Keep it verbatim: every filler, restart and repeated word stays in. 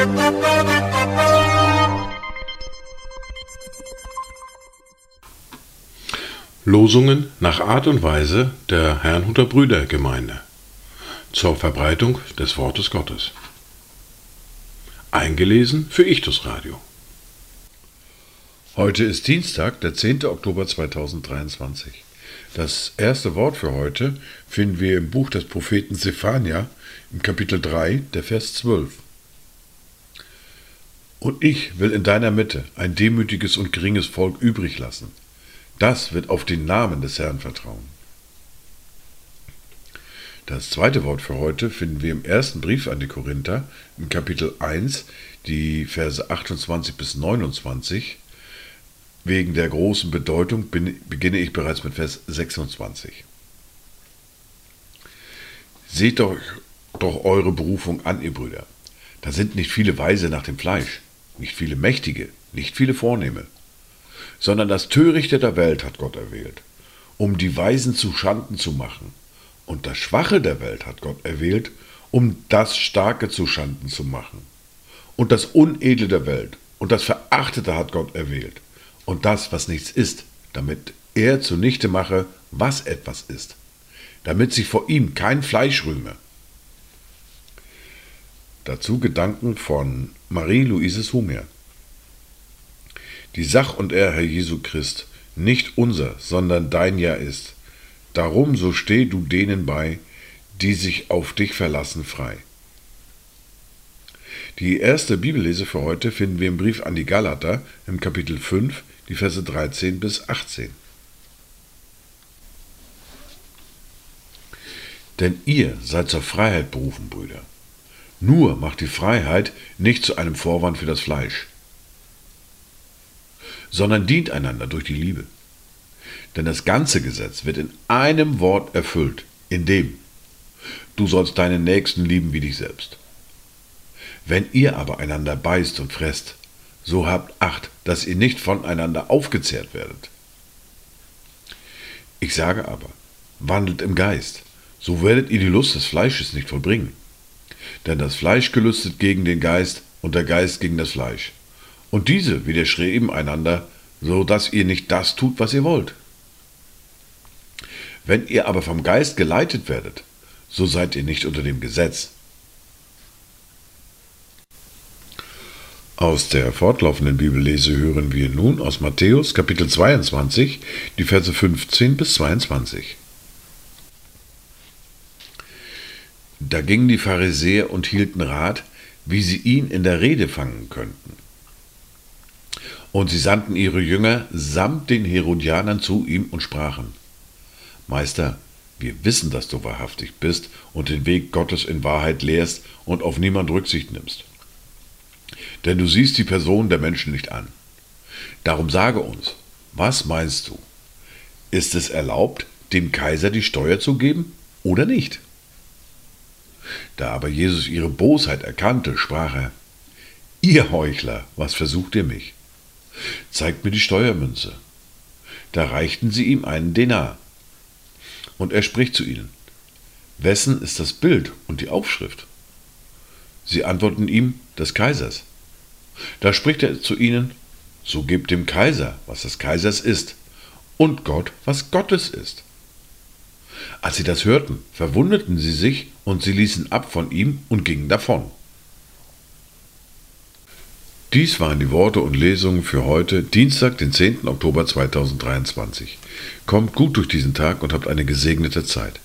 Losungen nach Art und Weise der Herrnhuter Brüdergemeinde zur Verbreitung des Wortes Gottes. Eingelesen für Ichtus Radio. Heute ist Dienstag, der zehnte Oktober zweitausenddreiundzwanzig. Das erste Wort für heute finden wir im Buch des Propheten Sephania im Kapitel drei, der Vers zwölf. Und ich will in deiner Mitte ein demütiges und geringes Volk übrig lassen. Das wird auf den Namen des Herrn vertrauen. Das zweite Wort für heute finden wir im ersten Brief an die Korinther, im Kapitel eins, die Verse achtundzwanzig bis neunundzwanzig. Wegen der großen Bedeutung beginne ich bereits mit Vers sechsundzwanzig. Seht doch, doch eure Berufung an, ihr Brüder. Da sind nicht viele Weise nach dem Fleisch, nicht viele Mächtige, nicht viele Vornehme, sondern das Törichte der Welt hat Gott erwählt, um die Weisen zu Schanden zu machen. Und das Schwache der Welt hat Gott erwählt, um das Starke zu Schanden zu machen. Und das Unedle der Welt und das Verachtete hat Gott erwählt. Und das, was nichts ist, damit er zunichte mache, was etwas ist, damit sich vor ihm kein Fleisch rühme. Dazu Gedanken von Marie-Louise Humer. Die Sach und er, Herr Jesu Christ, nicht unser, sondern dein ja ist. Darum so steh du denen bei, die sich auf dich verlassen, frei. Die erste Bibellese für heute finden wir im Brief an die Galater im Kapitel fünf, die Verse dreizehn bis achtzehn. Denn ihr seid zur Freiheit berufen, Brüder. Nur macht die Freiheit nicht zu einem Vorwand für das Fleisch, sondern dient einander durch die Liebe. Denn das ganze Gesetz wird in einem Wort erfüllt, in dem: Du sollst deinen Nächsten lieben wie dich selbst. Wenn ihr aber einander beißt und fresst, so habt Acht, dass ihr nicht voneinander aufgezehrt werdet. Ich sage aber, wandelt im Geist, so werdet ihr die Lust des Fleisches nicht vollbringen. Denn das Fleisch gelüstet gegen den Geist und der Geist gegen das Fleisch. Und diese widerstreben einander, so dass ihr nicht das tut, was ihr wollt. Wenn ihr aber vom Geist geleitet werdet, so seid ihr nicht unter dem Gesetz. Aus der fortlaufenden Bibellese hören wir nun aus Matthäus Kapitel zweiundzwanzig, die Verse fünfzehn bis zweiundzwanzig. Da gingen die Pharisäer und hielten Rat, wie sie ihn in der Rede fangen könnten. Und sie sandten ihre Jünger samt den Herodianern zu ihm und sprachen: Meister, wir wissen, dass du wahrhaftig bist und den Weg Gottes in Wahrheit lehrst und auf niemand Rücksicht nimmst. Denn du siehst die Person der Menschen nicht an. Darum sage uns, was meinst du? Ist es erlaubt, dem Kaiser die Steuer zu geben oder nicht? Da aber Jesus ihre Bosheit erkannte, sprach er: Ihr Heuchler, was versucht ihr mich? Zeigt mir die Steuermünze. Da reichten sie ihm einen Denar. Und er spricht zu ihnen: Wessen ist das Bild und die Aufschrift? Sie antworten ihm: Des Kaisers. Da spricht er zu ihnen: So gebt dem Kaiser, was des Kaisers ist, und Gott, was Gottes ist. Als sie das hörten, verwunderten sie sich, und sie ließen ab von ihm und gingen davon. Dies waren die Worte und Lesungen für heute, Dienstag, den zehnten Oktober zweitausenddreiundzwanzig. Kommt gut durch diesen Tag und habt eine gesegnete Zeit.